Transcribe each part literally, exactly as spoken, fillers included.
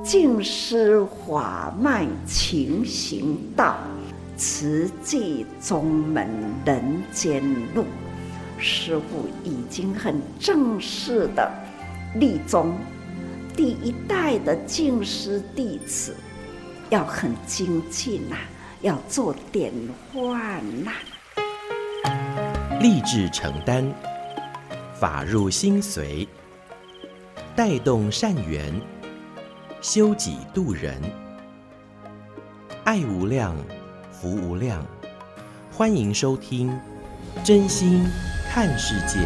尽施法脉勤行道，慈济宗门人间路。师父已经很正式的立宗，第一代的净师弟子要很精进啊，要做典范呐、 啊。立志承担，法入心随，带动善缘，修己度人，爱无量，福无量。欢迎收听《真心看世界》。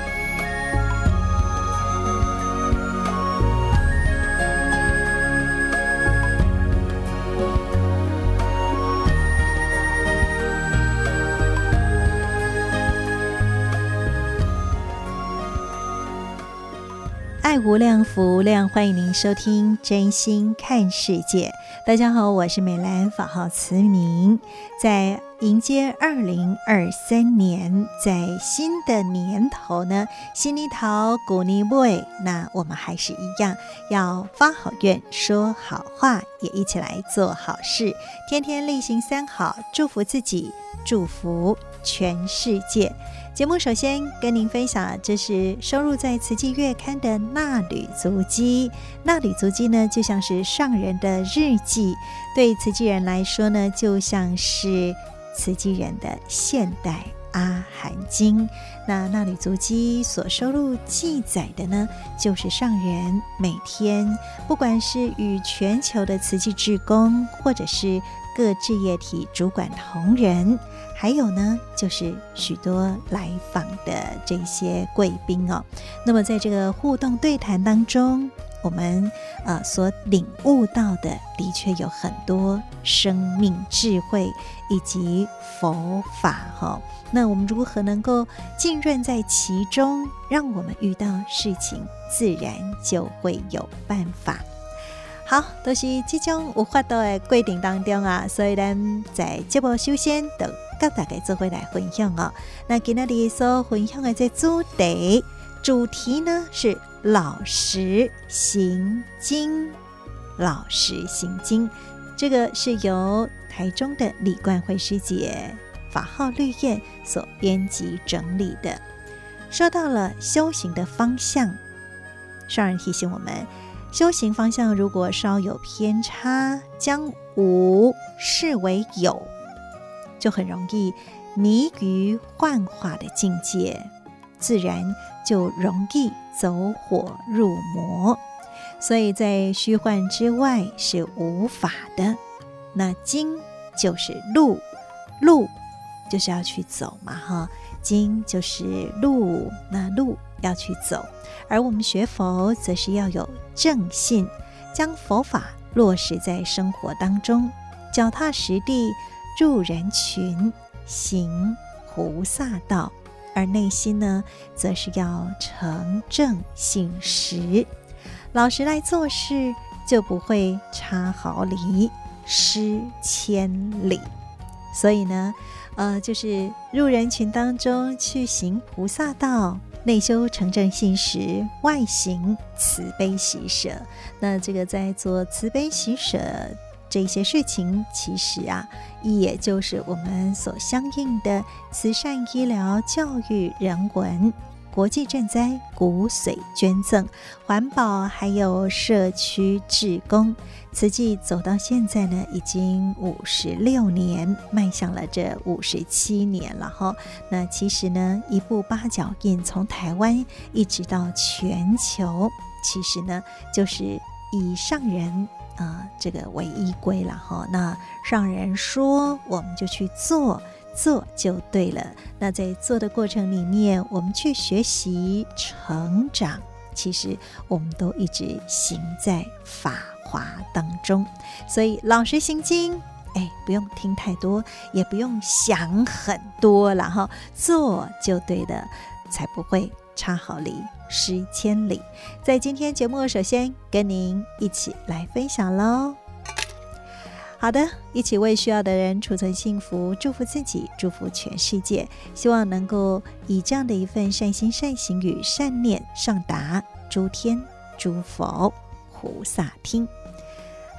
爱无量，福无量，欢迎您收听真心看世界。大家好，我是美兰，法号慈明。在迎接二零二三年，在新的年头呢，新年头古年尾，那我们还是一样要发好愿，说好话，也一起来做好事，天天例行三好，祝福自己，祝福全世界。节目首先跟您分享，这是收录在慈济月刊的纳履足迹。纳履足迹呢，就像是上人的日记，对慈济人来说呢，就像是慈济人的现代阿含经。那纳履足迹所收录记载的呢，就是上人每天不管是与全球的慈济志工，或者是各志业体主管同仁，还有呢就是许多来访的这些贵宾哦。那么在这个互动对谈当中，我们呃所领悟到的的确有很多生命智慧以及佛法哈、哦。那我们如何能够浸润在其中，让我们遇到事情自然就会有办法。好，都是这种有法度的规定当中啊，所以咱在节目首先就跟大家做回来分享哦。那今天的所分享的这主题，主题呢是老实行经。老实行经，这个是由台中的李冠慧师姐法号绿燕所编辑整理的。说到了修行的方向，上人提醒我们，修行方向如果稍有偏差，将无视为有，就很容易迷于幻化的境界，自然就容易走火入魔。所以在虚幻之外是无法的，那经就是路，路就是要去走嘛哈，经就是路，那路要去走。而我们学佛则是要有正信，将佛法落实在生活当中，脚踏实地入人群，行菩萨道。而内心呢，则是要诚正信实，老实来做事，就不会差毫厘失千里。所以呢呃，就是入人群当中去行菩萨道，内修诚正信实，外行慈悲喜舍。那这个在做慈悲喜舍这些事情，其实啊，也就是我们所相应的慈善、医疗、教育、人文、国际赈灾、骨髓捐赠、环保，还有社区志工。慈济走到现在呢，已经五十六年，迈向了这五十七年了哈。那其实呢，一步八脚印，从台湾一直到全球，其实呢，就是以上人呃这个为依归了哈。那上人说，我们就去做。做就对了。那在做的过程里面，我们去学习成长，其实我们都一直行在法华当中。所以老实行经，哎，不用听太多，也不用想很多了哈，做就对了，才不会差毫厘失千里。在今天节目，首先跟您一起来分享喽。好的，一起为需要的人储存幸福，祝福自己，祝福全世界。希望能够以这样的一份善心、善行与善念，上达诸天诸佛菩萨听。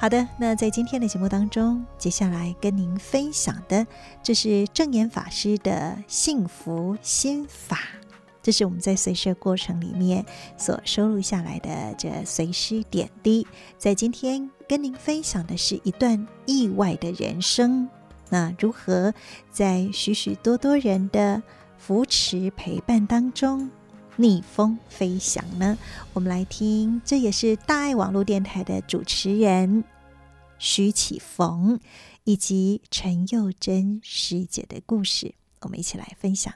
好的，那在今天的节目当中，接下来跟您分享的，这是证严法师的幸福心法，这是我们在随师过程里面所收录下来的这随师点滴。在今天跟您分享的是一段意外的人生，那如何在许许多多人的扶持陪伴当中逆风飞翔呢？我们来听，这也是大爱网络电台的主持人徐启逢以及陈佑珍师姐的故事，我们一起来分享。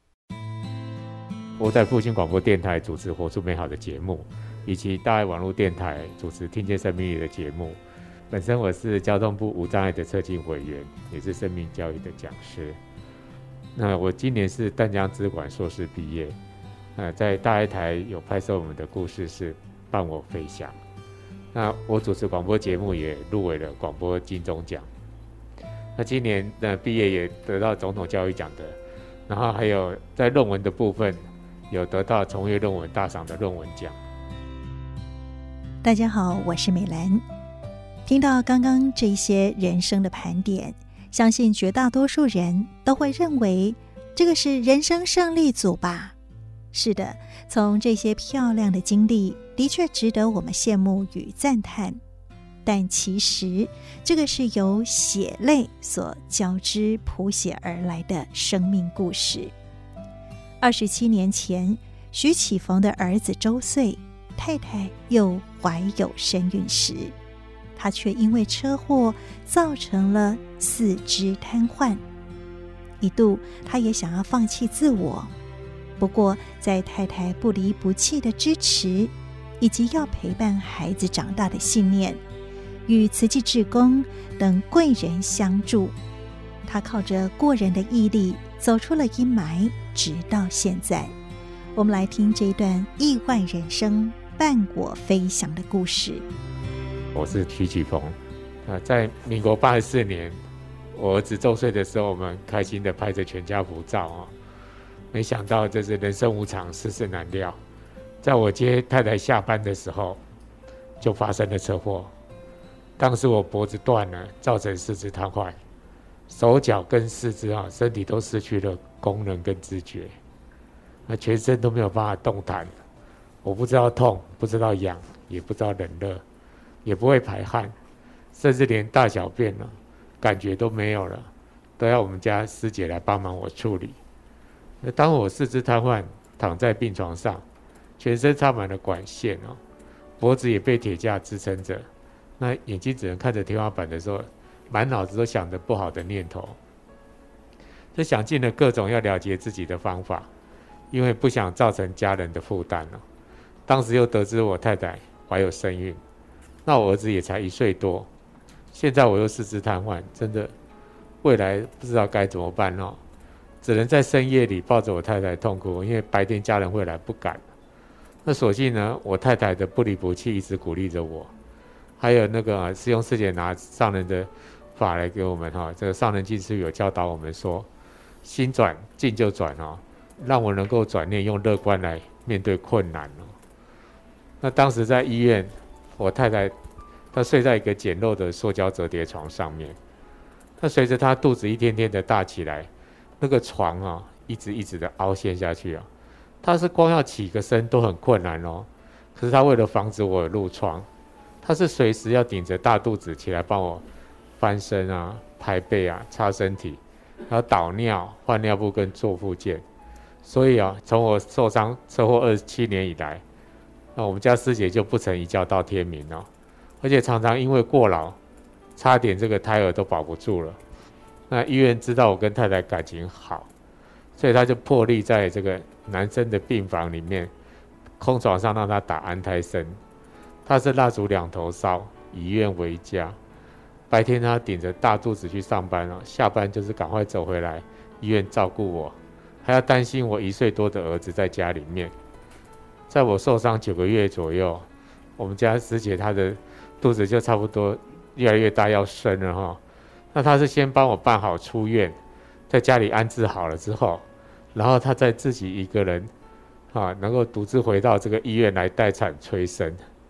我在复兴广播电台主持活出美好的节目，以及大爱网络电台主持听见生命力的节目。本身我是交通部无障碍的测进委员，也是生命教育的讲师。那我今年是淡江资管硕士毕业，呃，在大爱台有拍摄我们的故事是伴我飞翔。那我主持广播节目也入围了广播金钟奖。那今年的毕业也得到总统教育奖的，然后还有在论文的部分有得到崇越论文大赏的论文奖。 大家好，我是美兰。听到刚刚这些人生的盘点，相信绝大多数人都会认为这个是人生胜利组吧。是的，从这些漂亮的经历的确值得我们羡慕与赞叹，但其实这个是由血泪所交织谱写而来的生命故事。二十七年前，徐启逢的儿子周岁，太太又怀有身孕时，他却因为车祸造成了四肢瘫痪。一度他也想要放弃自我，不过在太太不离不弃的支持以及要陪伴孩子长大的信念，与慈济志工等贵人相助，他靠着过人的毅力走出了阴霾，直到现在。我们来听这一段意外人生伴我飞翔的故事。 我是徐启逢，呃，在民国八十四年，我儿子周岁的时候，我们开心的拍着全家福照啊。没想到这是人生无常，世事难料。在我接太太下班的时候，就发生了车祸。当时我脖子断了，造成四肢瘫痪，手脚跟四肢啊，身体都失去了功能跟知觉，那全身都没有办法动弹。我不知道痛，不知道痒，也不知道冷热，也不会排汗，甚至连大小便呢、啊，感觉都没有了，都要我们家师姐来帮忙我处理。那当我四肢瘫痪，躺在病床上，全身插满了管线哦，脖子也被铁架支撑着，那眼睛只能看着天花板的时候，满脑子都想着不好的念头，就想尽了各种要了结自己的方法，因为不想造成家人的负担哦。当时又得知我太太怀有身孕，那我儿子也才一岁多，现在我又四肢瘫痪，真的未来不知道该怎么办哦。只能在深夜里抱着我太太痛哭，因为白天家人会来不敢。那所幸呢，我太太的不离不弃一直鼓励着我，还有那个、啊、师兄师姐拿上人的法来给我们哈、哦，这个上人进士有教导我们说，心转境就转哦，让我能够转念用乐观来面对困难哦。那当时在医院，我太太她睡在一个简陋的塑胶折叠床上面，那随着她肚子一天天的大起来，那个床啊，一直一直的凹陷下去啊，他是光要起个身都很困难哦。可是他为了防止我有褥疮，他是随时要顶着大肚子起来帮我翻身啊、拍背啊、擦身体，还有导尿、换尿布跟做复健。所以啊，从我受伤车祸二十七年以来，那我们家师姐就不曾一觉到天明哦，而且常常因为过劳，差点这个胎儿都保不住了。那医院知道我跟太太感情好，所以他就破例在这个男生的病房里面空床上让他打安胎针。他是蜡烛两头烧，以医院为家。白天他顶着大肚子去上班哦，下班就是赶快走回来医院照顾我，还要担心我一岁多的儿子在家里面。在我受伤九个月左右，我们家师姐她的肚子就差不多越来越大，要生了哈。那他是先帮我办好出院，在家里安置好了之后，然后他再自己一个人啊，能够独自回到这个医院来待产催生。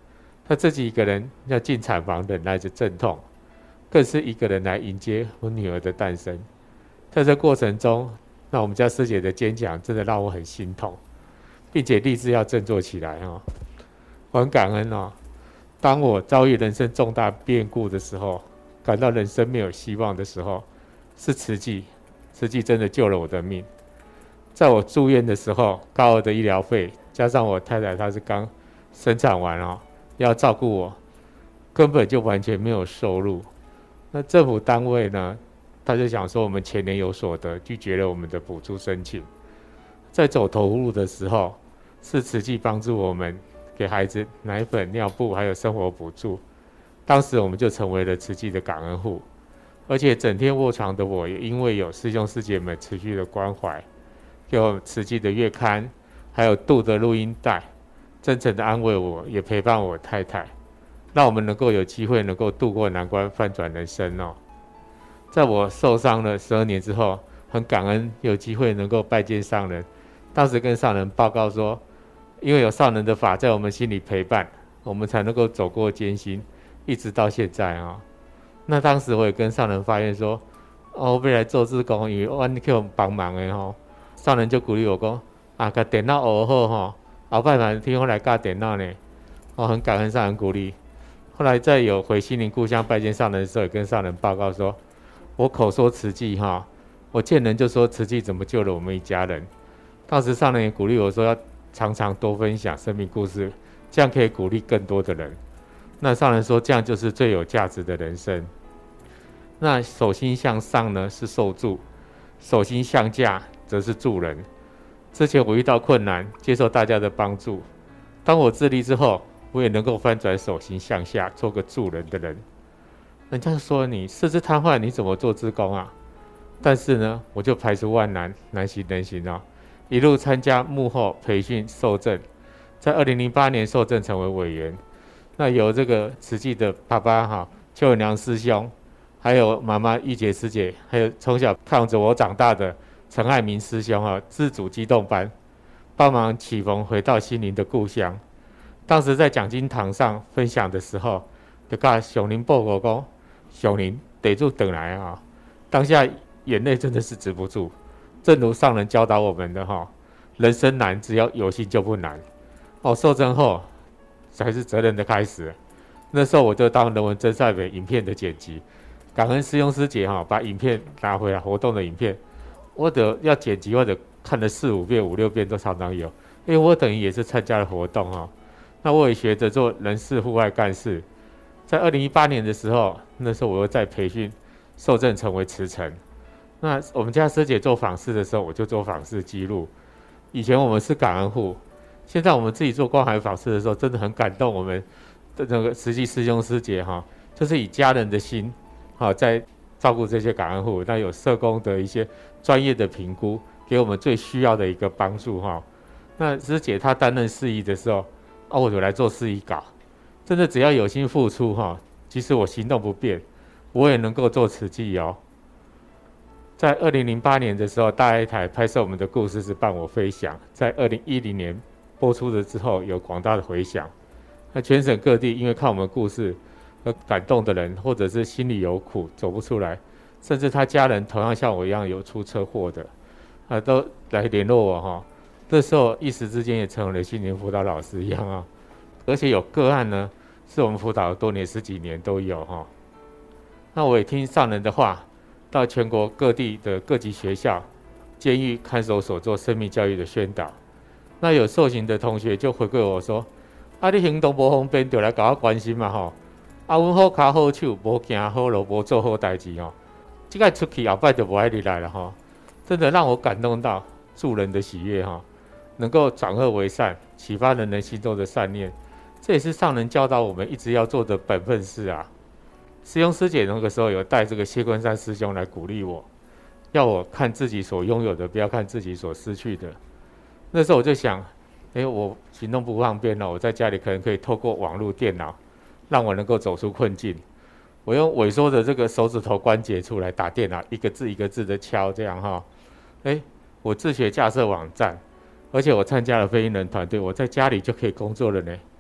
他自己一个人要进产房忍耐着阵痛，更是一个人来迎接我女儿的诞生。在这过程中，那我们家师姐的坚强真的让我很心痛，并且立志要振作起来哦。我很感恩哦，当我遭遇人生重大变故的时候，感到人生没有希望的时候，是慈济，慈济真的救了我的命。在我住院的时候，高额的医疗费，加上我太太她是刚生产完哦，要照顾我，根本就完全没有收入。那政府单位呢，他就想说我们前年有所得，拒绝了我们的补助申请。在走投无路的时候，是慈济帮助我们，给孩子奶粉、尿布还有生活补助。当时我们就成为了慈济的感恩户，而且整天卧床的我，也因为有师兄师姐们持续的关怀，给我慈济的月刊，还有杜的录音带，真诚的安慰我，也陪伴我太太，让我们能够有机会能够度过难关，翻转人生哦。在我受伤了十二年之后，很感恩有机会能够拜见上人。当时跟上人报告说，因为有上人的法在我们心里陪伴，我们才能够走过艰辛，一直到现在啊、哦。那当时我也跟上人发愿说，哦，我要来做志工，因为我叫我帮忙的吼。上人就鼓励我说，啊，把电脑学好吼，后摆嘛听我来教电脑呢。我、哦、很感恩上人鼓励。后来在有回心灵故乡拜见上人的时候，也跟上人报告说，我口说慈济哈，我见人就说慈济怎么救了我们一家人。当时上人也鼓励我说，要常常多分享生命故事，这样可以鼓励更多的人。那上人说，这样就是最有价值的人生。那手心向上呢是受助，手心向下则是助人。之前我遇到困难，接受大家的帮助，当我自立之后，我也能够翻转手心向下，做个助人的人。人家说你四肢瘫痪，你怎么做志工啊？但是呢，我就排除万难，难行能行啊，一路参加幕后培训受证，在二零零八年受证成为委员。那由这个慈济的爸爸哈邱永良师兄，还有妈妈玉洁师姐，还有从小看着我长大的陈爱民师兄哈自主机动班，帮忙启蒙回到心灵的故乡。当时在讲经堂上分享的时候，就跟上人报告说，上人得住等来啊！当下眼泪真的是止不住。正如上人教导我们的哈，人生难，只要有心就不难。哦，受证后才是责任的开始。那时候我就当人文真善美影片的剪辑，感恩师兄师姐哈，把影片拿回来，活动的影片，我得要剪辑或者看了四五遍、五六遍都常常有，因为我等于也是参加了活动哈。那我也学着做人事户外干事。在二零一八年的时候，那时候我又在培训受证成为慈诚。那我们家师姐做访视的时候，我就做访视记录。以前我们是感恩户，现在我们自己做关怀访视的时候，真的很感动我们的那个慈济师兄师姐哈，就是以家人的心哈在照顾这些感恩户。那有社工的一些专业的评估，给我们最需要的一个帮助哈。那师姐她担任司仪的时候，啊，我就来做司仪稿。真的只要有心付出哈，即使我行动不便，我也能够做慈济哦。在二零零八年的时候，大爱台拍摄我们的故事是伴我飞翔，在二零一零年播出了之后，有广大的回响。那全省各地因为看我们故事而感动的人，或者是心里有苦走不出来，甚至他家人同样像我一样有出车祸的，啊，都来联络我哈。这时候一时之间也成为了心灵辅导老师一样啊。而且有个案呢，是我们辅导了多年十几年都有哈。那我也听上人的话，到全国各地的各级学校、监狱、看守所做生命教育的宣导。那有受刑的同学就回馈我说：“啊，你行动不方便，就来搞我关心嘛吼。啊，阮好脚好手，无行好路，无做好代志吼。这个出去后摆就不爱你来了吼。”真的让我感动到助人的喜悦哈，能够转恶为善，启发人人心中的善念。这也是上人教导我们一直要做的本分事啊。师兄师姐那个时候有带这个谢坤山师兄来鼓励我，要我看自己所拥有的，不要看自己所失去的。那时候我就想，哎，我行动不方便了，我在家里可能可以透过网络电脑，让我能够走出困境。我用萎缩的这个手指头关节处来打电脑，一个字一个字的敲，这样哈。哎，我自学架设网站，而且我参加了非营人团队，我在家里就可以工作了呢。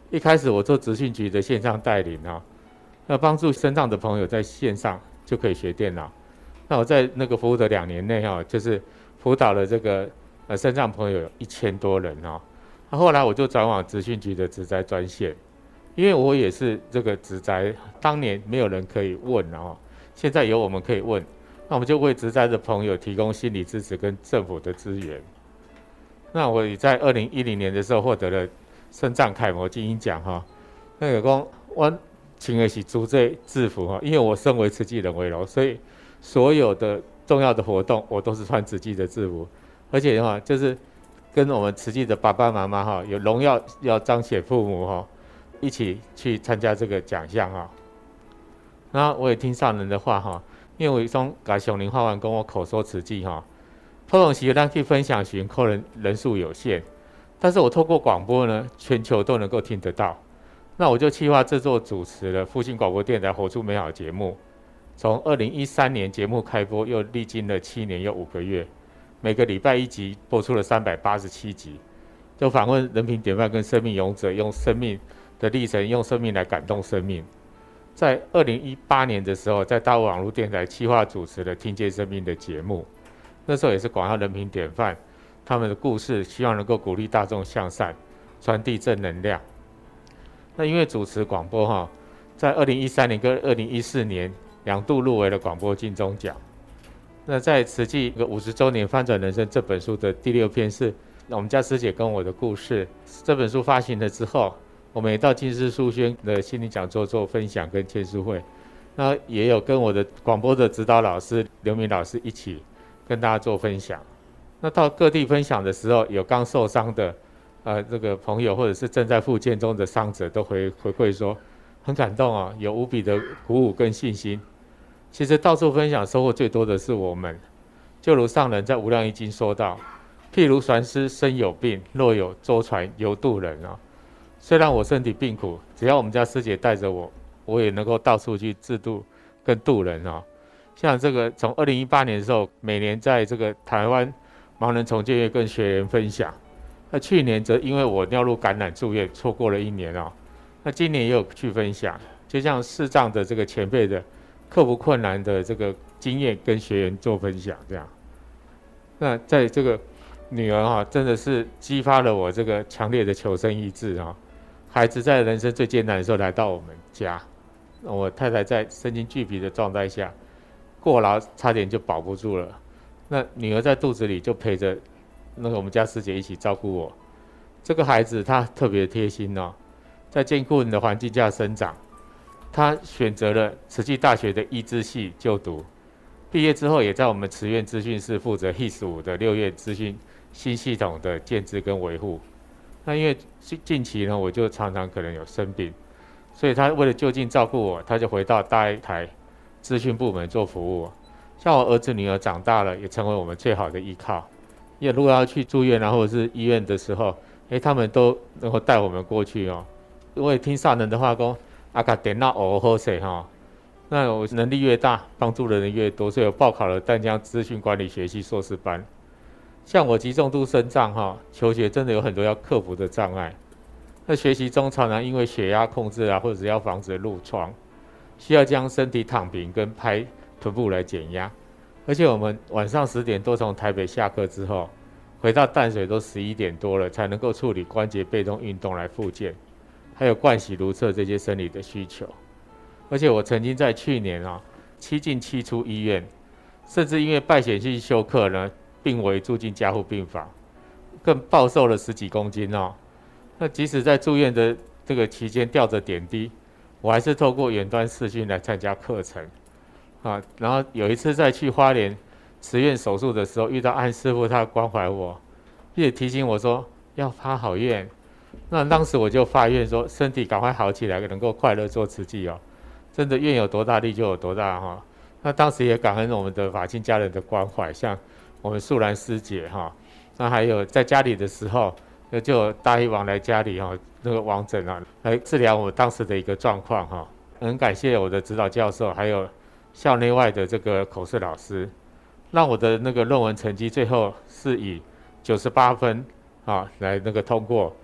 一开始我做职训局的线上带领啊，那帮助身障的朋友在线上就可以学电脑。那我在那个服务的两年内啊，就是辅导了这个呃身障朋友有一千多人啊。那后来我就转往职训局的职灾专线，因为我也是这个职灾，当年没有人可以问啊，现在有我们可以问，那我们就为职灾的朋友提供心理支持跟政府的资源。那我也在二零一零年的时候获得了身障楷模精英奖哈。那个讲我穿的是主制制服哈，因为我身为慈济人为荣，所以所有的重要的活动我都是穿慈济的制服，而且哈就是跟我们慈济的爸爸妈妈哈有荣耀要彰显父母哈，一起去参加这个奖项哈。然后我也听上人的话哈，因为我从甲上林化完跟我口说慈济哈，普通时咱去分享群可能人数有限，但是我透过广播呢，全球都能够听得到。那我就企划制作主持了复兴广播电台活出美好节目，从二零一三年节目开播，又历经了七年又五个月，每个礼拜一集播出了三百八十七集，就访问人品典范跟生命勇者，用生命的历程，用生命来感动生命。在二零一八年的时候，在大陆网络电台企划主持了听见生命的节目，那时候也是广告人品典范他们的故事，希望能够鼓励大众向善，传递正能量。那因为主持广播哈，在二零一三年跟二零一四年两度入围了广播金钟奖。那在慈济五十周年翻转人生这本书的第六篇是我们家师姐跟我的故事。这本书发行了之后，我们也到金狮书轩的心灵讲座做分享跟签书会，那也有跟我的广播的指导老师刘明老师一起跟大家做分享。那到各地分享的时候，有刚受伤的呃这个朋友，或者是正在复健中的伤者，都回回馈说很感动啊，有无比的鼓舞跟信心。其实到处分享收获最多的是我们，就如上人在无量易经说到，譬如船师身有病，若有舟船犹渡人啊。虽然我身体病苦，只要我们家师姐带着我，我也能够到处去自渡跟渡人啊。像这个从二零一八年的时候，每年在这个台湾盲人重建月跟学员分享。那去年则因为我尿路感染住院，错过了一年啊。那今年也有去分享，就像视障的这个前辈的克服困难的这个经验跟学员做分享这样。那在这个女儿哈、啊，真的是激发了我这个强烈的求生意志啊。孩子在人生最艰难的时候来到我们家，我太太在身心俱疲的状态下，过劳差点就保不住了。那女儿在肚子里就陪着那个我们家师姐一起照顾我。这个孩子他特别贴心哦，在艰苦的环境下生长，他选择了慈济大学的医资系就读，毕业之后也在我们慈院资讯室负责 H I S 五的六院资讯新系统的建制跟维护。那因为近期呢，我就常常可能有生病，所以他为了就近照顾我，他就回到大一台资讯部门做服务。像我儿子女儿长大了，也成为我们最好的依靠。因为如果要去住院啊，或者是医院的时候，哎，他们都能够带我们过去哦。我也听上人的话说，啊，把电脑学好势哈。那我能力越大，帮助的人越多，所以我报考了淡江资讯管理学系硕士班。像我极重度身障哈，求学真的有很多要克服的障碍。那学习中常常因为血压控制啊，或者是要防止褥疮，需要将身体躺平跟拍臀部来减压。而且我们晚上十点多从台北下课之后，回到淡水都十一点多了，才能够处理关节被动运动来复健，还有盥洗如厕这些生理的需求。而且我曾经在去年啊，七进七出医院，甚至因为败血性休克呢，病危住进加护病房，更暴瘦了十几公斤哦。那即使在住院的这个期间吊着点滴，我还是透过远端视讯来参加课程啊。然后有一次在去花莲慈院手术的时候，遇到安师傅，他关怀我，也提醒我说要发好愿。那当时我就发愿说，身体赶快好起来，能够快乐做慈济哦。真的愿有多大力就有多大哈、哦。那当时也感恩我们的法亲家人的关怀，像我们素兰师姐哈、哦，那还有在家里的时候，就有大医王来家里哈、哦，那个王诊啊，来治疗我当时的一个状况哈。很感谢我的指导教授，还有校内外的这个口试老师，让我的那个论文成绩最后是以九十八分啊来那个通过，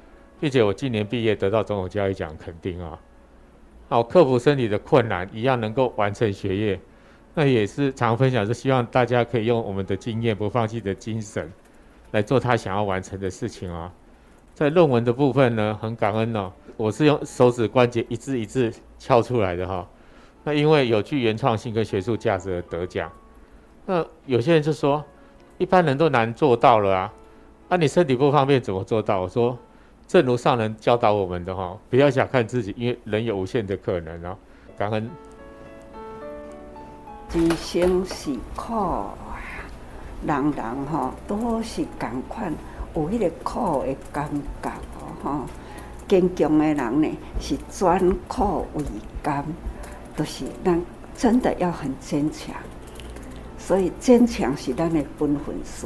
并且我今年毕业得到总统教育奖肯定啊，好克服身体的困难，一样能够完成学业。那也是常分享，是希望大家可以用我们的经验、不放弃的精神，来做他想要完成的事情啊。在论文的部分呢，很感恩哦，我是用手指关节一字一字敲出来的哈。那因为有具原创性跟学术价值而得奖。那有些人就说，一般人都难做到了啊，那、啊、你身体不方便怎么做到？我说，正如上人教导我们的哈，不要小看自己，因为人有无限的可能啊。感恩。 人生是苦啊，人人吼都是同款，有迄个苦的感觉吼。坚强的人呢，是转苦为甘，都、就是咱真的要很坚强。所以坚强是咱的本分事，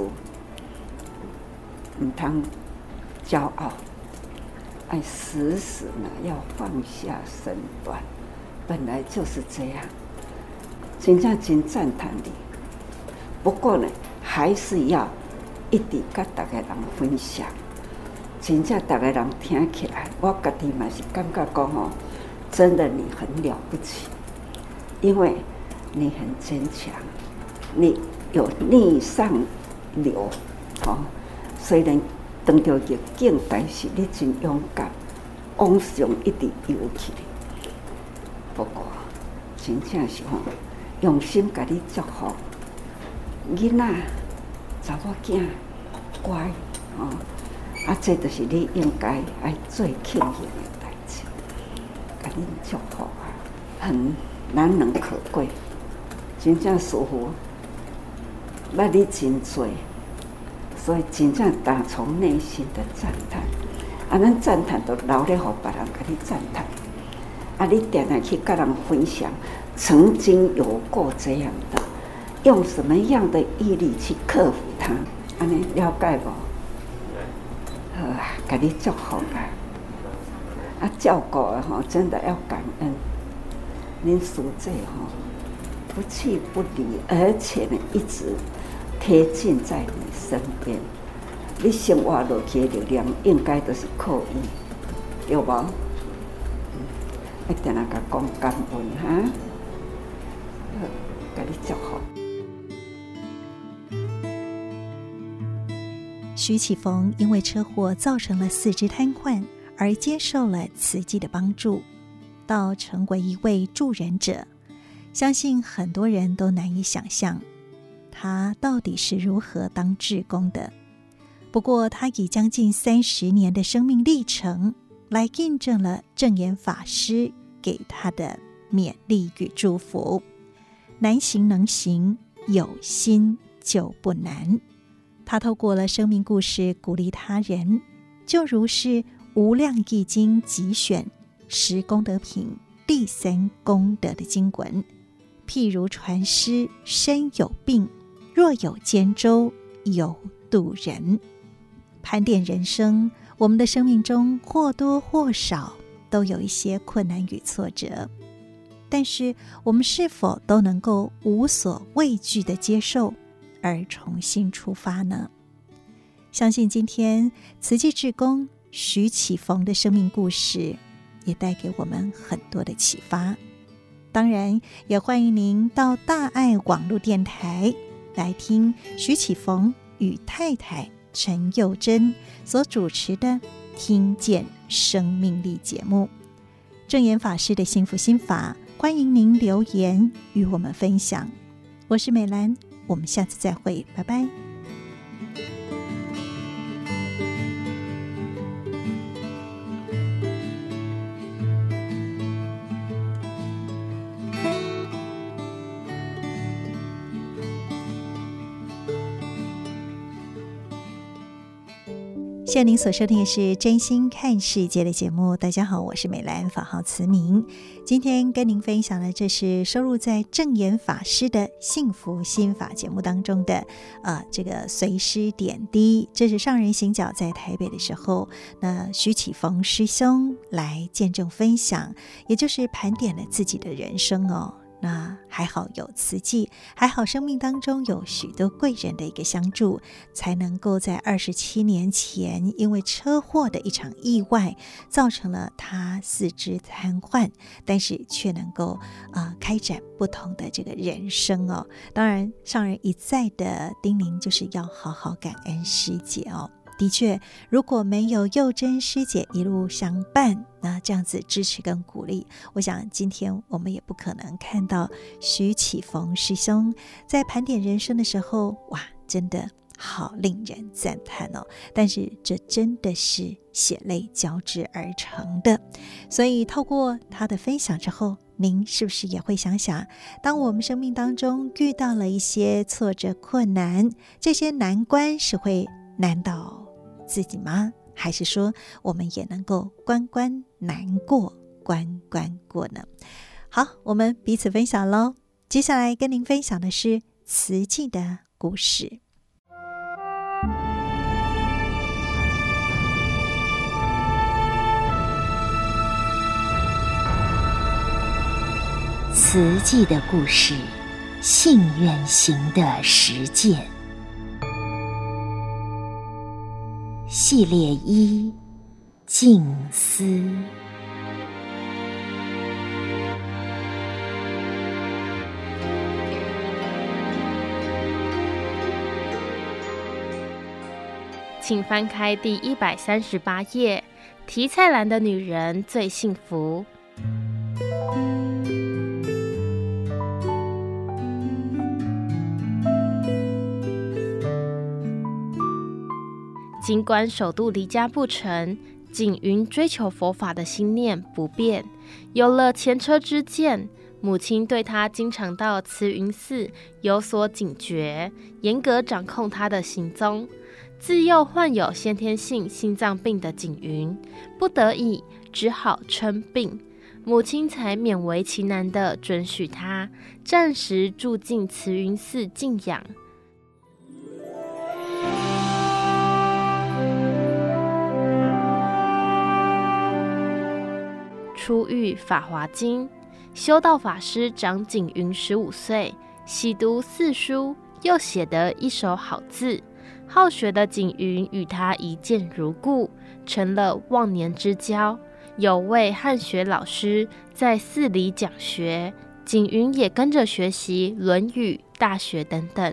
唔通骄傲，爱时时呢要放下身段，本来就是这样。真正真赞叹你，不过呢，还是要一直跟大家人分享。真正大家人听起来，我家己嘛是感觉讲哦，真的你很了不起，因为你很坚强，你有逆上流，哦，虽然碰到逆境，但是你真勇敢，往上一直游起来。不过，真正是吼。用心甲你祝福，囡仔、查某囝乖哦，啊，这就是你应该爱最庆幸的代志。甲恁祝福啊，很难能可贵，真正师父捌你真多，所以真正打从内心的赞叹。啊，咱赞叹都留咧，互别人甲你赞叹。啊，你定定去甲人分享。曾经有过这样的，用什么样的毅力去克服它？安尼了解无？好啊，给你祝福啊！啊，照顾的吼，真的要感恩。恁师姐吼，不弃不离，而且呢，一直贴近在你身边。你生活落去的力量，应该都是靠伊，对无？嗯，一定要甲讲感恩哈。给你祝福。 徐启逢因为车祸造成了四肢瘫痪，而接受了慈济的帮助，到成为一位助人者。相信很多人都难以想象，他到底是如何当志工的。不过，他以将近三十年的生命历程，来印证了证严法师给他的勉励与祝福。难行能行，有心就不难。他透过了生命故事鼓励他人，就如是无量易经集选十功德品第三功德的经文，譬如船师身有病，若有兼舟有渡人。盘点人生，我们的生命中或多或少都有一些困难与挫折，但是我们是否都能够无所畏惧地接受，而重新出发呢？相信今天慈济志工徐启逢的生命故事，也带给我们很多的启发。当然，也欢迎您到大爱网络电台来听徐启逢与太太陈幼珍所主持的《听见生命力》节目。证严法师的幸福心法，欢迎您留言与我们分享。我是美兰，我们下次再会，拜拜。现在您所收听的是真心看世界的节目。大家好，我是美兰，法号慈明。今天跟您分享的，这是收录在证严法师的幸福心法节目当中的呃，这个随师点滴。这是上人行脚在台北的时候，那徐启逢师兄来见证分享，也就是盘点了自己的人生哦。 那还好有慈济，还好生命当中有许多贵人的一个相助，才能够在二十七年前因为车祸的一场意外，造成了他四肢瘫痪，但是却能够啊、呃、开展不同的这个人生哦。当然上人一再的叮咛，就是要好好感恩师姐哦。的确，如果没有幼珍师姐一路相伴，那这样子支持跟鼓励，我想今天我们也不可能看到徐启逢师兄在盘点人生的时候，哇，真的好令人赞叹哦。但是这真的是血泪交织而成的，所以透过他的分享之后，您是不是也会想想，当我们生命当中遇到了一些挫折困难，这些难关是会难倒自己吗？还是说我们也能够关关难过关关过呢？好，我们彼此分享咯。接下来跟您分享的是慈济的故事。 慈济的故事，信愿行的实践。系列一，静思。 请翻开第一百三十八页，提菜篮的女人最幸福。尽管首度离家不成，景云追求佛法的心念不变。有了前车之鉴，母亲对她经常到慈云寺有所警觉，严格掌控她的行踪。自幼患有先天性心脏病的景云，不得已只好称病，母亲才勉为其难地准许她暂时住进慈云寺静养。初遇《法华经》，修道法师长景云十五岁，喜读四书，又写得一手好字。好学的景云与他一见如故，成了忘年之交。有位汉学老师在寺里讲学，景云也跟着学习《论语》《大学》等等。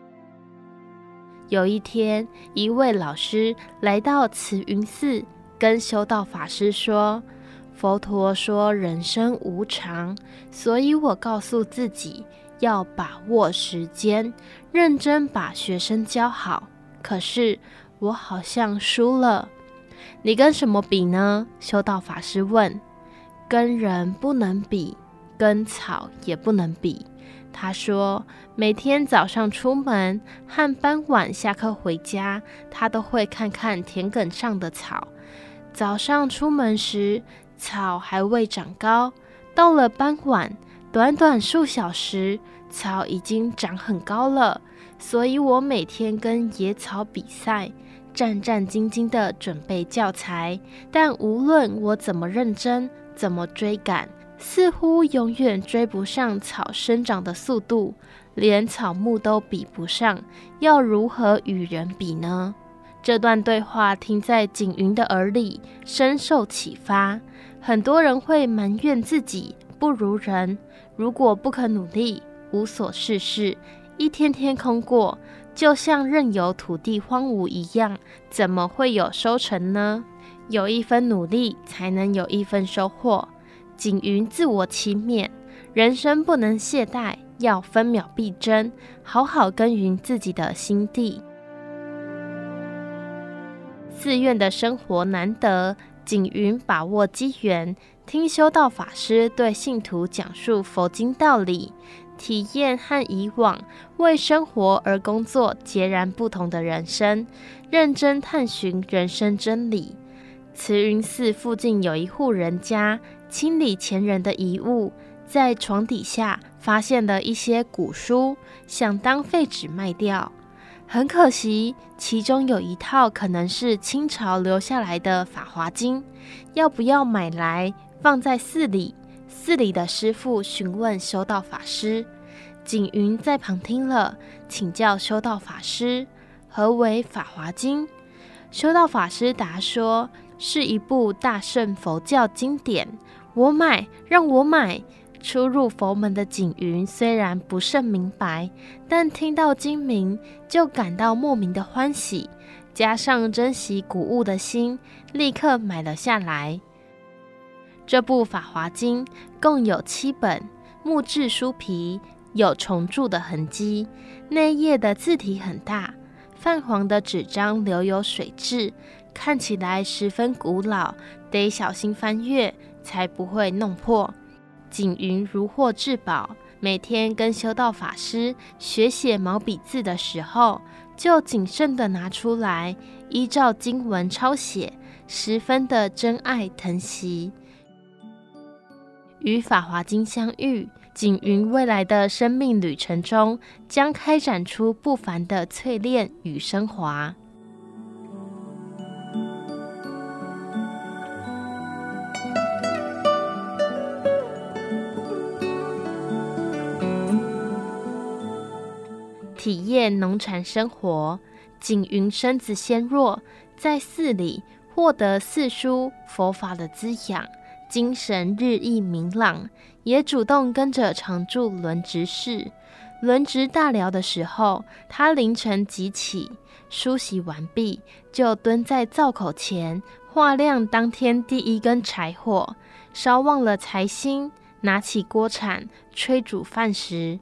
有一天，一位老师来到慈云寺，跟修道法师说，佛陀说人生无常，所以我告诉自己要把握时间，认真把学生教好。可是我好像输了。你跟什么比呢？修道法师问。跟人不能比，跟草也不能比。他说，每天早上出门和傍晚下课回家，他都会看看田埂上的草。早上出门时，草还未长高，到了傍晚，短短数小时，草已经长很高了。所以我每天跟野草比赛，战战兢兢地准备教材，但无论我怎么认真，怎么追赶，似乎永远追不上草生长的速度，连草木都比不上，要如何与人比呢？这段对话听在景云的耳里，深受启发。很多人会埋怨自己不如人，如果不肯努力，无所事事，一天天空过，就像任由土地荒芜一样，怎么会有收成呢？有一分努力，才能有一分收获。景云自我欺骗，人生不能懈怠，要分秒必争，好好耕耘自己的心地。寺院的生活难得，景云把握机缘，听修道法师对信徒讲述佛经道理，体验和以往为生活而工作截然不同的人生，认真探寻人生真理。慈云寺附近有一户人家，清理前人的遗物，在床底下发现了一些古书，想当废纸卖掉。很可惜，其中有一套可能是清朝留下来的《法华经》，要不要买来放在寺里？ 寺里的师父询问修道法师，景云在旁听了，请教修道法师何为《法华经》。修道法师答说，是一部大乘佛教经典，我买，让我买。初入佛门的景云虽然不甚明白，但听到经名就感到莫名的欢喜，加上珍惜古物的心，立刻买了下来。这部《法华经》共有七本，木质书皮，有重铸的痕迹，内页的字体很大，泛黄的纸张留有水渍，看起来十分古老，得小心翻阅，才不会弄破。景云如获至宝，每天跟修道法师学写毛笔字的时候，就谨慎地拿出来，依照经文抄写，十分的珍爱疼惜。与《法华经》相遇，景云未来的生命旅程中，将开展出不凡的淬炼与升华。体验农禅生活，景云身子纤弱，在寺里获得四书佛法的滋养，精神日益明朗，也主动跟着常住轮值室。轮值大寮的时候，他凌晨即起，梳洗完毕，就蹲在灶口前，画亮当天第一根柴火，烧旺了财星，拿起锅铲炊煮饭食。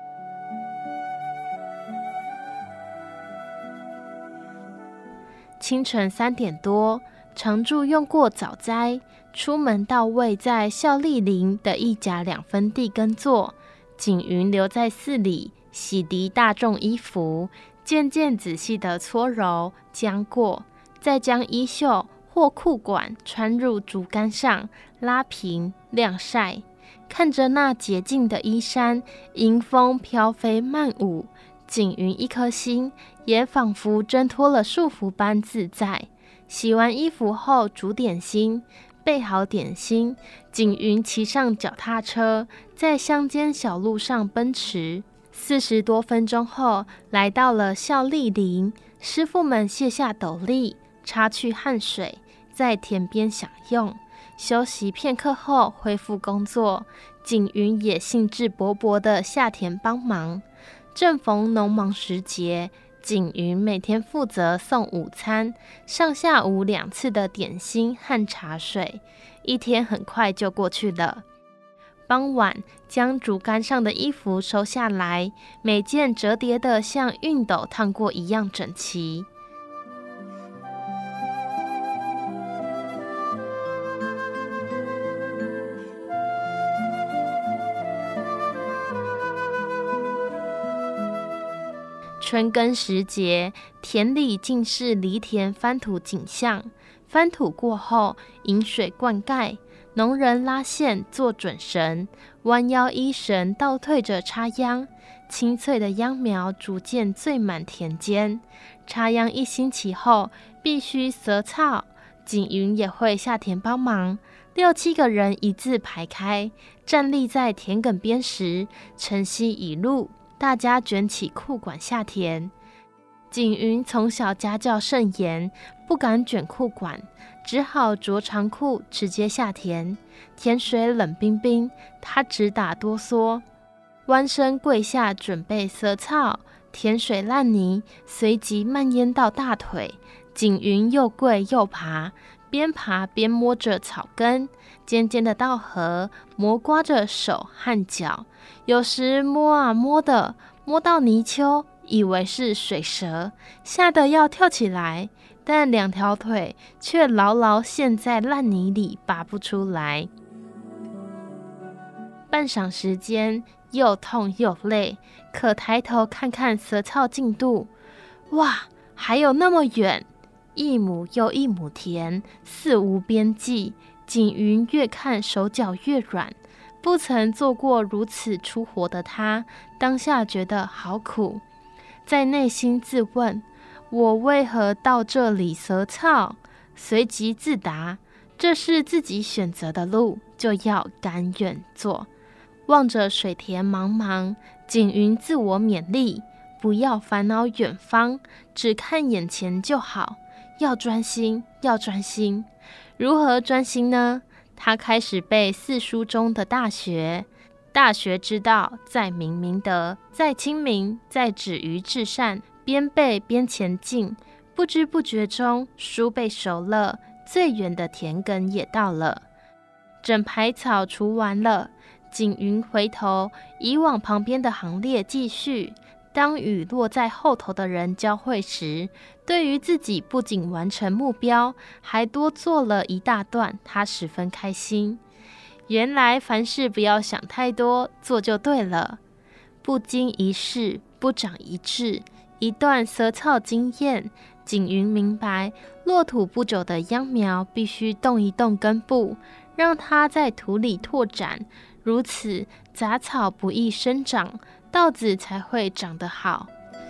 清晨三点多，常住用过早斋，出门到位在孝利林的一甲两分地耕作。景云留在寺里，洗涤大众衣服，渐渐仔细地搓揉浆过，再将衣袖或裤管穿入竹竿上，拉平晾晒。看着那洁净的衣衫，迎风飘飞漫舞，景云一颗心也仿佛挣脱了束缚般自在。洗完衣服后煮点心，备好点心，景云骑上脚踏车，在乡间小路上奔驰。四十多分钟后，来到了孝利林，师傅们卸下斗笠，擦去汗水，在田边享用。休息片刻后恢复工作，景云也兴致勃勃地下田帮忙。正逢农忙时节，景云每天负责送午餐，上下午两次的点心和茶水，一天很快就过去了。傍晚，将竹竿上的衣服收下来，每件折叠的像熨斗烫过一样整齐。春耕时节，田里尽是犁田翻土景象。翻土过后，引水灌溉，农人拉线做准绳，弯腰依绳倒退着插秧。青翠的秧苗逐渐缀满田间。插秧一星期后，必须择草，景云也会下田帮忙。六七个人一字排开，站立在田埂边时，晨曦已入。大家卷起裤管下田。景云从小家教甚严，不敢卷裤管，只好着长裤直接下田。田水冷冰冰，他直打哆嗦，弯身跪下准备割草。田水烂泥随即蔓延到大腿，景云又跪又爬，边爬边摸着草根，尖尖的稻禾磨刮着手和脚，有时摸啊摸的，摸到泥鳅，以为是水蛇，吓得要跳起来，但两条腿却牢牢陷在烂泥里，拔不出来。半晌时间，又痛又累，可抬头看看割草进度，哇，还有那么远！一亩又一亩田，肆无边际。景云越看手脚越软，不曾做过如此粗活的他，当下觉得好苦，在内心自问：我为何到这里割草？随即自答：这是自己选择的路， 就要甘愿做。望着水田茫茫，景云自我勉励，不要烦恼远方，只看眼前就好。要专心，要专心。如何专心呢？他开始背四书中的大学。大学之道，在明明德，在亲民，在止于至善。边背边前进，不知不觉中，书背熟了，最远的田埂也到了。整排草除完了，景云回头，以往旁边的行列继续。当与落在后头的人交汇时，对于自己不仅完成目标，还多做了一大段，他十分开心。原来凡事不要想太多，做就对了。不经一事，不长一智。一段舌草经验，景云明白，落土不久的秧苗必须动一动根部，让它在土里拓展，如此杂草不易生长，稻子才会长得好。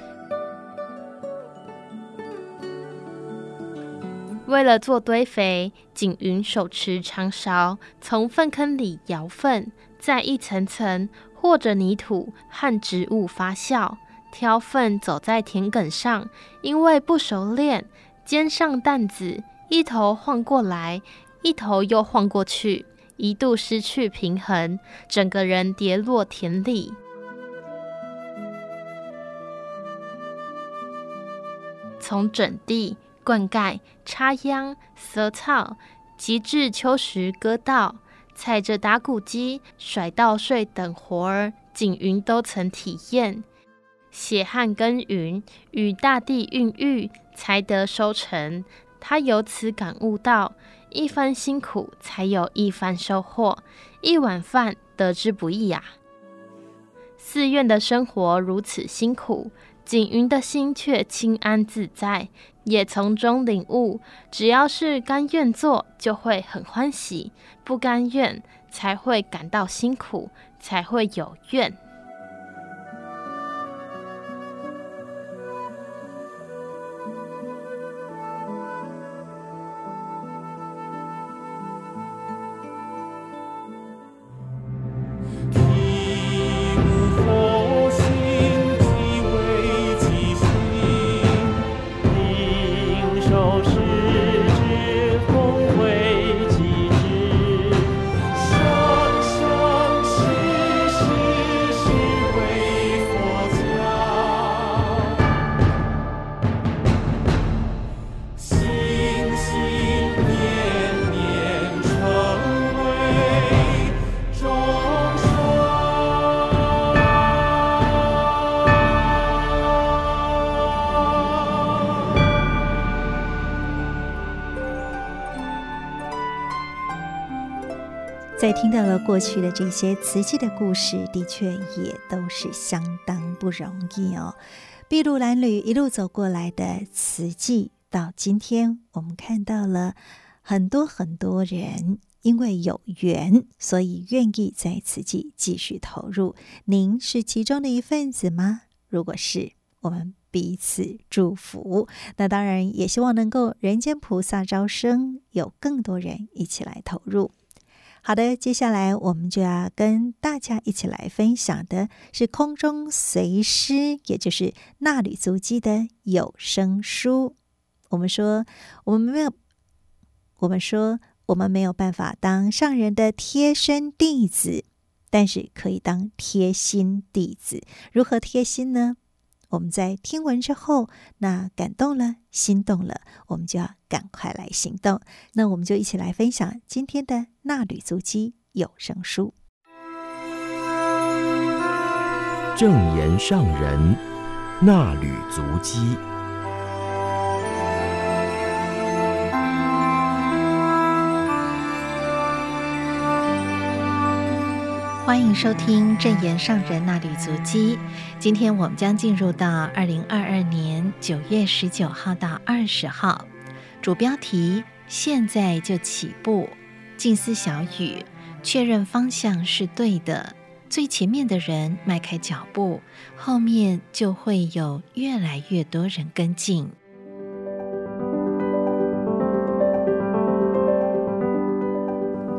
为了做堆肥，景云手持长勺，从粪坑里舀粪，再一层层和着泥土和植物发酵。挑粪走在田埂上，因为不熟练，肩上担子一头晃过来，一头又晃过去，一度失去平衡，整个人跌落田里。从整地、灌溉、插秧、割草，及至秋时割稻，踩着打谷机、甩稻穗等活儿，景云都曾体验。血汗耕耘，与大地孕育，才得收成。他由此感悟到，一番辛苦才有一番收获，一碗饭得之不易啊。寺院的生活如此辛苦，景云的心却清安自在，也从中领悟，只要是甘愿做，就会很欢喜；不甘愿，才会感到辛苦，才会有怨。 在听到了过去的这些慈济的故事，的确也都是相当不容易哦。筚路蓝缕一路走过来的慈济，到今天我们看到了很多很多人因为有缘，所以愿意在慈济继续投入。您是其中的一份子吗？如果是，我们彼此祝福。那当然也希望能够人间菩萨招生，有更多人一起来投入。好的，接下来我们就要跟大家一起来分享的是空中随师，也就是衲履足迹的有声书。我们说，我们没有，我们说我们没有办法当上人的贴身弟子，但是可以当贴心弟子。如何贴心呢？我们在听闻之后，那感动了，心动了，我们就要赶快来行动。那我们就一起来分享今天的衲履足迹有声书。 正言上人衲履足迹。 欢迎收听正言上人衲履足迹。今天我们将进入到二零二二年九月十九号到二十号，主标题现在就起步，静思小语，确认方向是对的，最前面的人迈开脚步，后面就会有越来越多人跟进。在难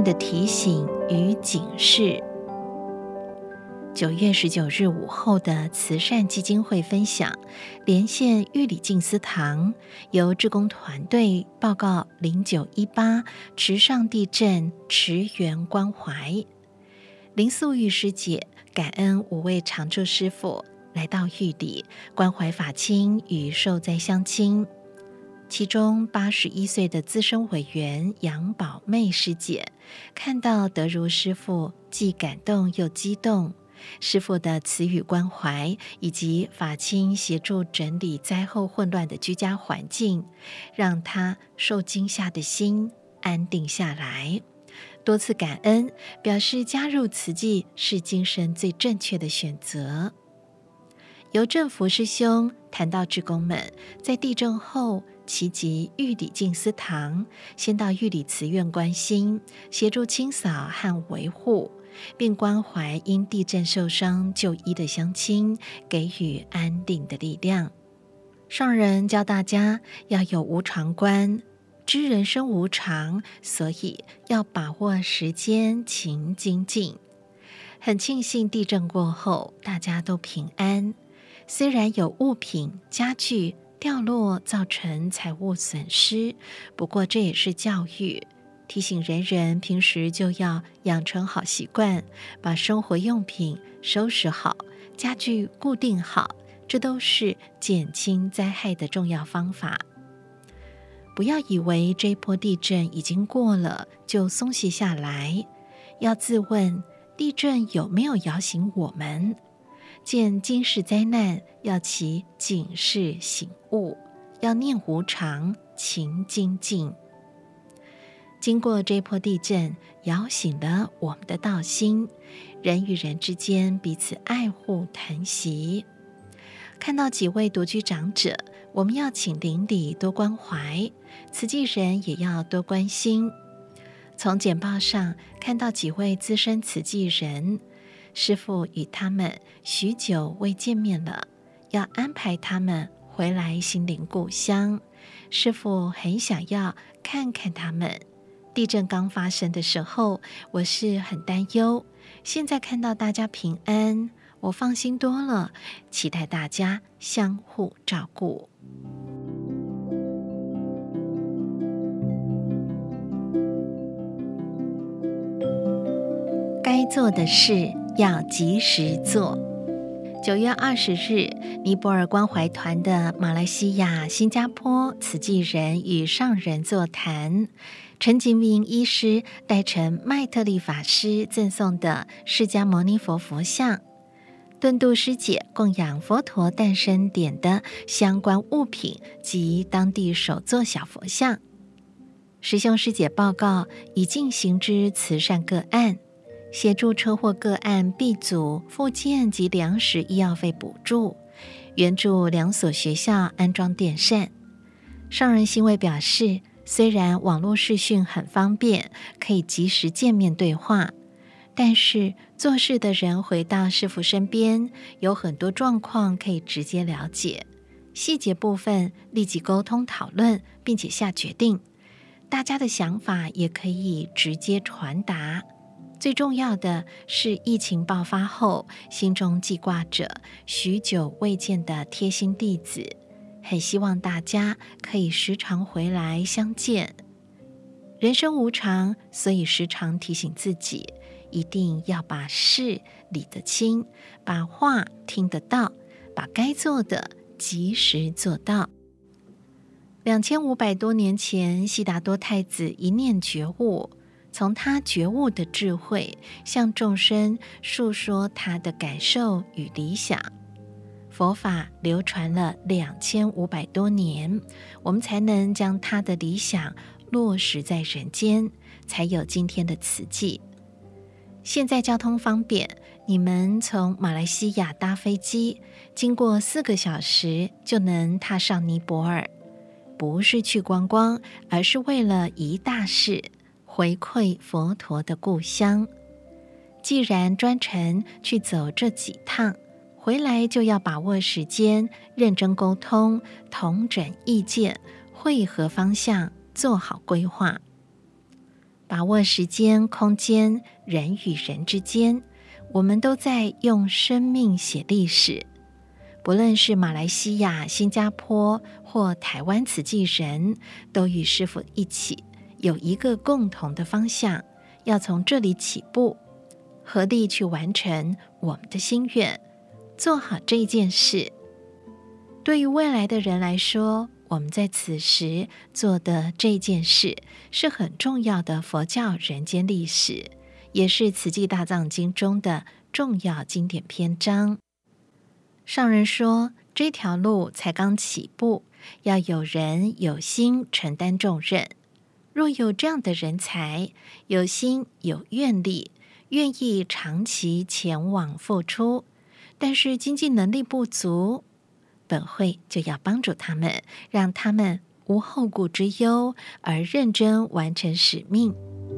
断的提醒与警示。九月十九日午后的慈善基金会分享，连线玉里静思堂，由志工团队报告零九一八池上地震驰援关怀。林素玉师姐感恩五位常住师父来到玉里关怀法亲与受灾乡亲，其中八十一岁的资深委员杨宝妹师姐看到德如师父既感动又激动，师父的慈语关怀以及法亲协助整理灾后混乱的居家环境，让他受惊吓的心安定下来，多次感恩，表示加入慈济是今生最正确的选择。由正福师兄谈到志工们在地震后齐集玉里静思堂，先到玉里慈院关心，协助清扫和维护，并关怀因地震受伤就医的乡亲，给予安定的力量。上人教大家要有无常观，知人生无常，所以要把握时间勤精进。很庆幸地震过后大家都平安，虽然有物品家具掉落造成财物损失，不过这也是教育，提醒人人平时就要养成好习惯，把生活用品收拾好，家具固定好，这都是减轻灾害的重要方法。不要以为这波地震已经过了就松懈下来，要自问地震有没有摇醒我们，见今世灾难要起警示醒悟，要念无常勤精进。经过这波地震，摇醒了我们的道心，人与人之间彼此爱护疼惜。看到几位独居长者，我们要请邻里多关怀，慈济人也要多关心。从简报上看到几位资深慈济人，师父与他们许久未见面了，要安排他们回来心灵故乡。师父很想要看看他们。地震刚发生的时候，我是很担忧，现在看到大家平安，我放心多了，期待大家相互照顾。该做的事要及时做。九月二十日，尼泊尔关怀团的马来西亚、新加坡慈济人与上人座谈，陈景明医师带成麦特利法师赠送的释迦牟尼佛佛像，顿度师姐供养佛陀诞生点的相关物品及当地首座小佛像。师兄师姐报告已进行之慈善个案，协助车祸个案 B 组复健及粮食医药费补助，援助两所学校安装电扇。上人欣慰表示，虽然网络视讯很方便，可以及时见面对话，但是做事的人回到师父身边，有很多状况可以直接了解，细节部分立即沟通讨论，并且下决定。大家的想法也可以直接传达。最重要的是，疫情爆发后，心中记挂着许久未见的贴心弟子，很希望大家可以时常回来相见。人生无常，所以时常提醒自己，一定要把事理得清，把话听得到，把该做的及时做到。两千五百多年前，悉达多太子一念觉悟，从他觉悟的智慧，向众生述说他的感受与理想。佛法流传了两千五百多年，我们才能将他的理想落实在人间，才有今天的慈济。现在交通方便，你们从马来西亚搭飞机，经过四个小时就能踏上尼泊尔。不是去观光，而是为了一大事，回馈佛陀的故乡。既然专程去走这几趟，回来就要把握时间，认真沟通，统整意见，汇合方向，做好规划。 把握时间、空间，人与人之间，我们都在用生命写历史。不论是马来西亚、新加坡或台湾慈济人，都与师父一起有一个共同的方向，要从这里起步，合力去完成我们的心愿，做好这一件事。对于未来的人来说，我们在此时做的这件事是很重要的佛教人间历史，也是慈济大藏经中的重要经典篇章。上人说，这条路才刚起步，要有人有心承担重任。若有这样的人才，有心有愿力，愿意长期前往付出，但是经济能力不足，本会就要帮助他们，让他们无后顾之忧，而认真完成使命。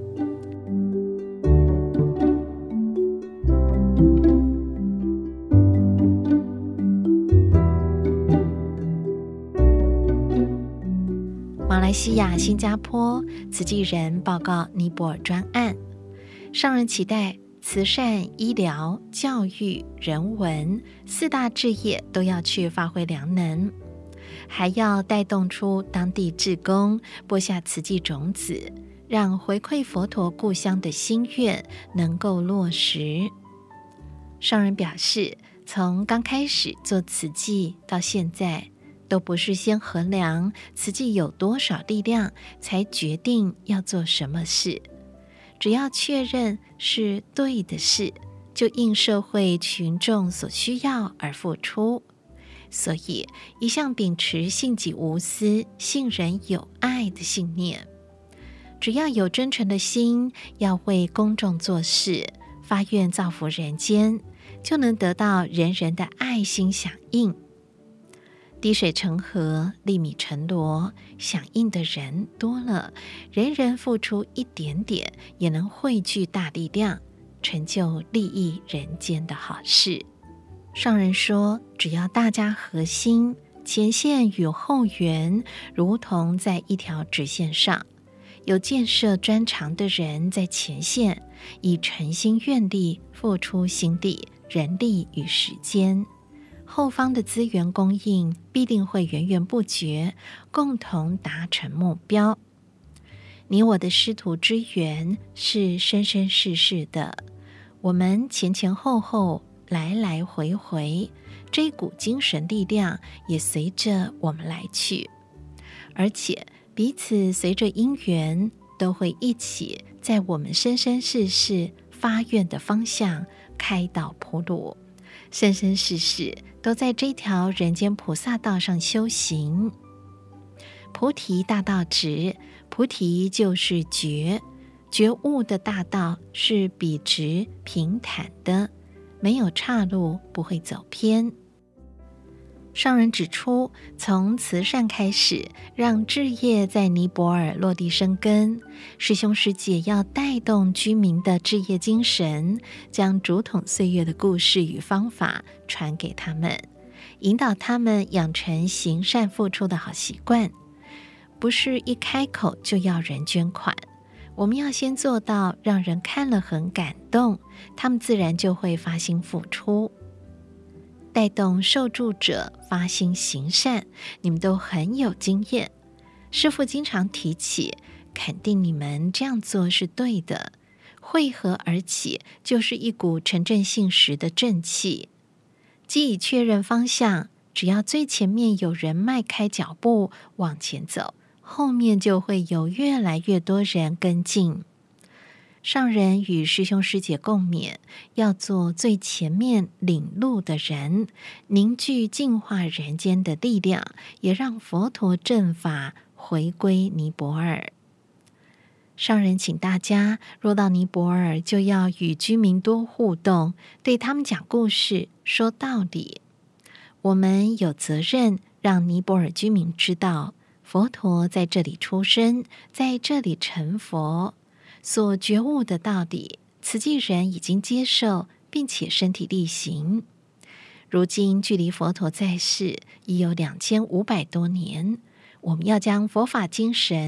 马来西亚、新加坡慈济人报告尼泊尔专案，上人期待慈善、医疗、教育、人文四大志业都要去发挥良能，还要带动出当地志工，播下慈济种子，让回馈佛陀故乡的心愿能够落实。上人表示，从刚开始做慈济到现在，都不是先衡量慈济有多少力量才决定要做什么事，只要确认是对的事，就应社会群众所需要而付出。所以一向秉持信己无私、信人有爱的信念，只要有真诚的心，要为公众做事，发愿造福人间，就能得到人人的爱心响应。滴水成河，粒米成箩，响应的人多了，人人付出一点点，也能汇聚大力量，成就利益人间的好事。上人说，只要大家合心，前线与后援如同在一条直线上，有建设专长的人在前线，以诚心愿力付出心力、人力与时间，后方的资源供应必定会源源不绝，共同达成目标。你我的师徒之缘是生生世世的，我们前前后后，来来回回，这股精神力量也随着我们来去，而且彼此随着因缘，都会一起在我们生生世世发愿的方向开导铺路，生生世世都在这条人间菩萨道上修行。菩提大道直，菩提就是觉，觉悟的大道是笔直平坦的，没有岔路，不会走偏。上人指出，从慈善开始，让志业在尼泊尔落地生根。师兄师姐要带动居民的志业精神，将竹筒岁月的故事与方法传给他们，引导他们养成行善付出的好习惯。不是一开口就要人捐款，我们要先做到让人看了很感动，他们自然就会发心付出。带动受助者发心行善，你们都很有经验。师父经常提起，肯定你们这样做是对的，汇合而起，就是一股沉正信实的正气。既已确认方向，只要最前面有人迈开脚步往前走，后面就会有越来越多人跟进。上人与师兄师姐共勉，要做最前面领路的人，凝聚净化人间的力量，也让佛陀正法回归尼泊尔。上人请大家若到尼泊尔，就要与居民多互动，对他们讲故事，说道理。我们有责任让尼泊尔居民知道，佛陀在这里出生，在这里成佛，所觉悟的道理，慈济人已经接受，并且身体力行。如今距离佛陀在世已有两千五百多年，我们要将佛法精神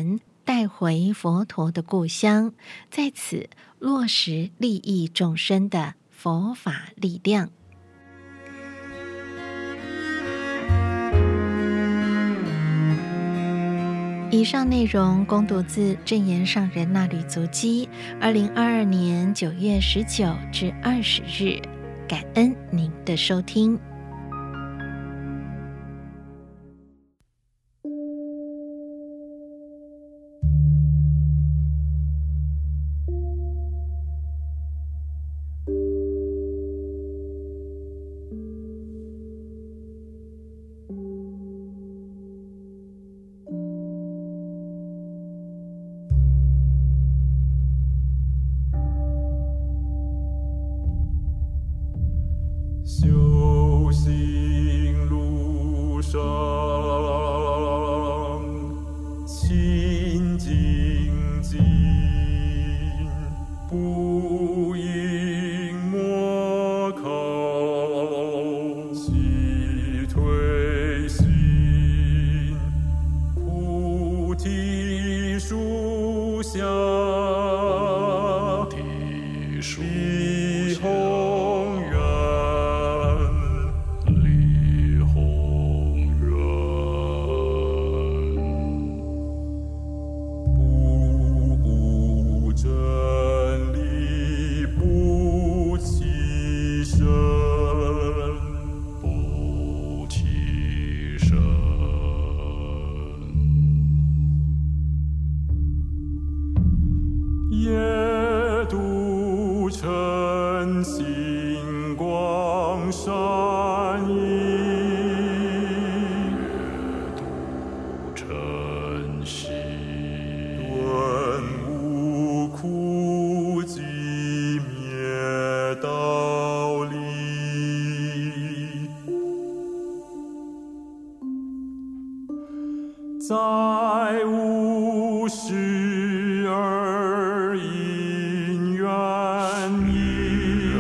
带回佛陀的故乡，在此落实利益众生的佛法力量。以上内容恭读自证严上人那履足迹，二零二二年九月十九至二十日。感恩您的收听。 修行路上勤精进，不应莫考，其退心，菩提树下，离宏远。夜渡晨星光闪映，夜渡晨星顿悟苦集灭道理，在无始而因缘因，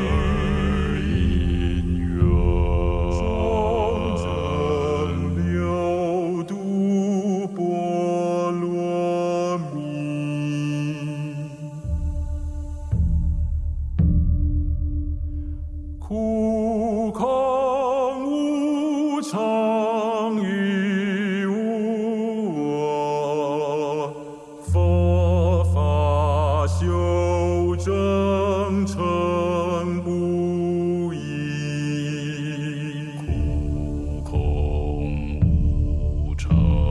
众生流度波罗蜜，苦空无常于无我，佛法修正成不易，苦空无常，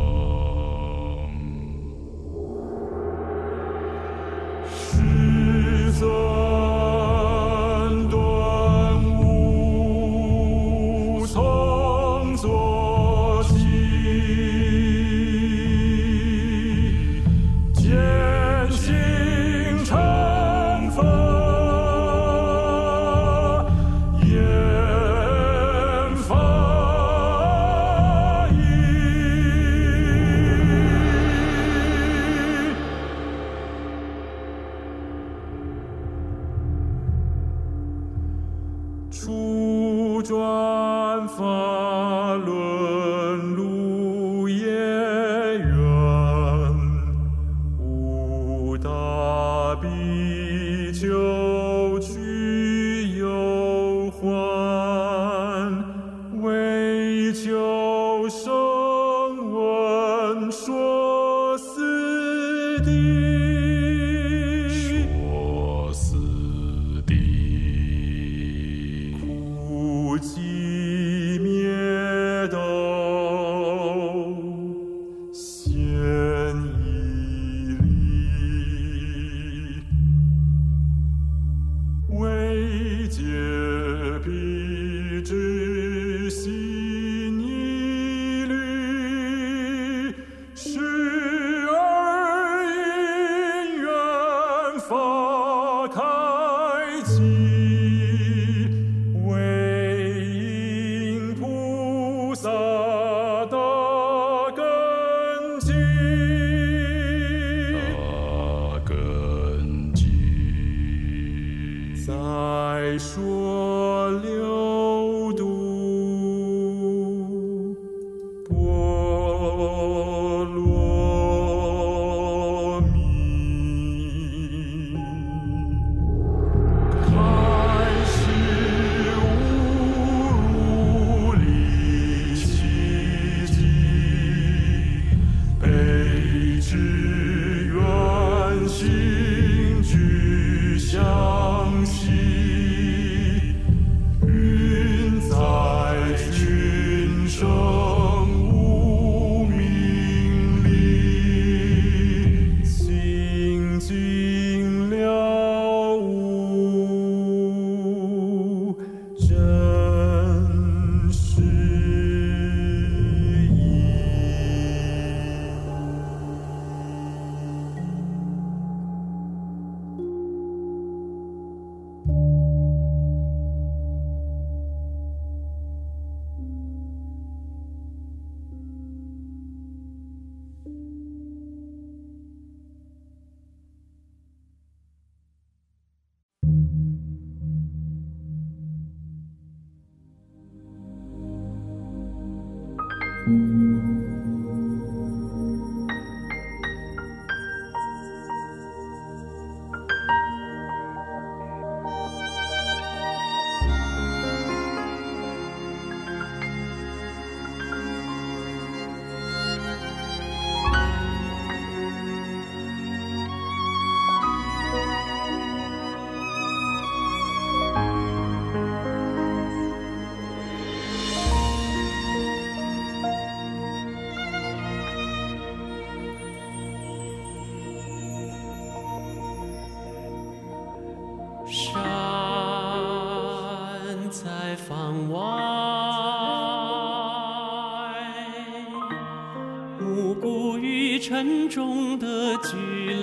世尊顿悟从所起，见性成佛，言法义，初转法轮路业缘，无大比丘去忧患，为求声闻说斯地，说斯地，苦集灭道，现义理，为解彼之心义律，时而因缘法开启，为应菩萨大根基，大根基，再说六度波罗山在房外，暮鼓与晨钟的距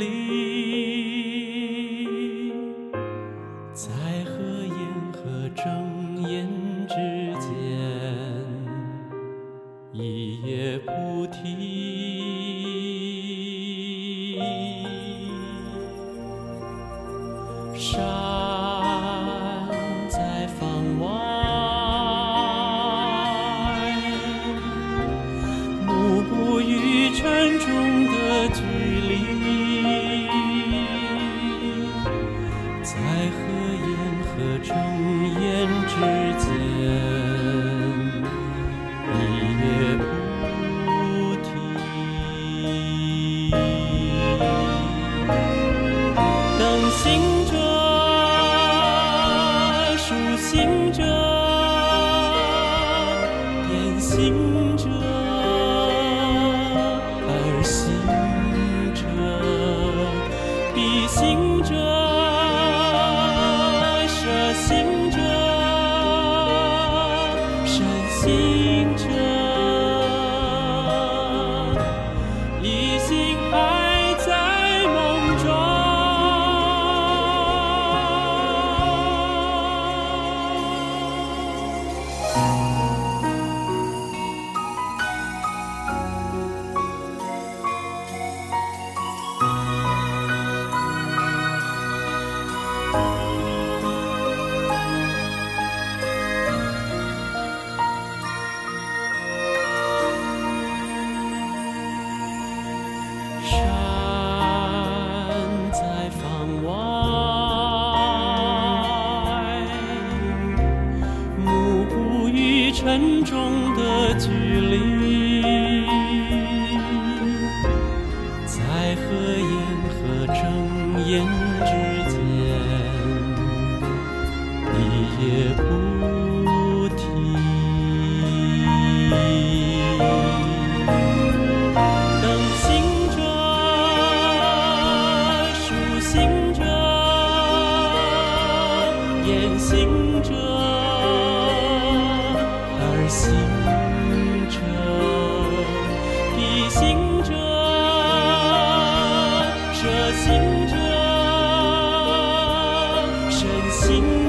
离，在河沿和睁眼之间，一夜不提。山在房外，暮鼓与晨钟的距离，在河沿和睁眼之间，一夜不提。灯醒着，书醒着，眼醒着，耳醒着，鼻醒着，舌醒着，身醒着，一心还在梦中。山在房外，暮鼓与晨钟的距离，在河沿和睁眼之间，一夜不提。灯醒着，书醒着，眼醒着，耳醒着，鼻醒着，舌醒着，身醒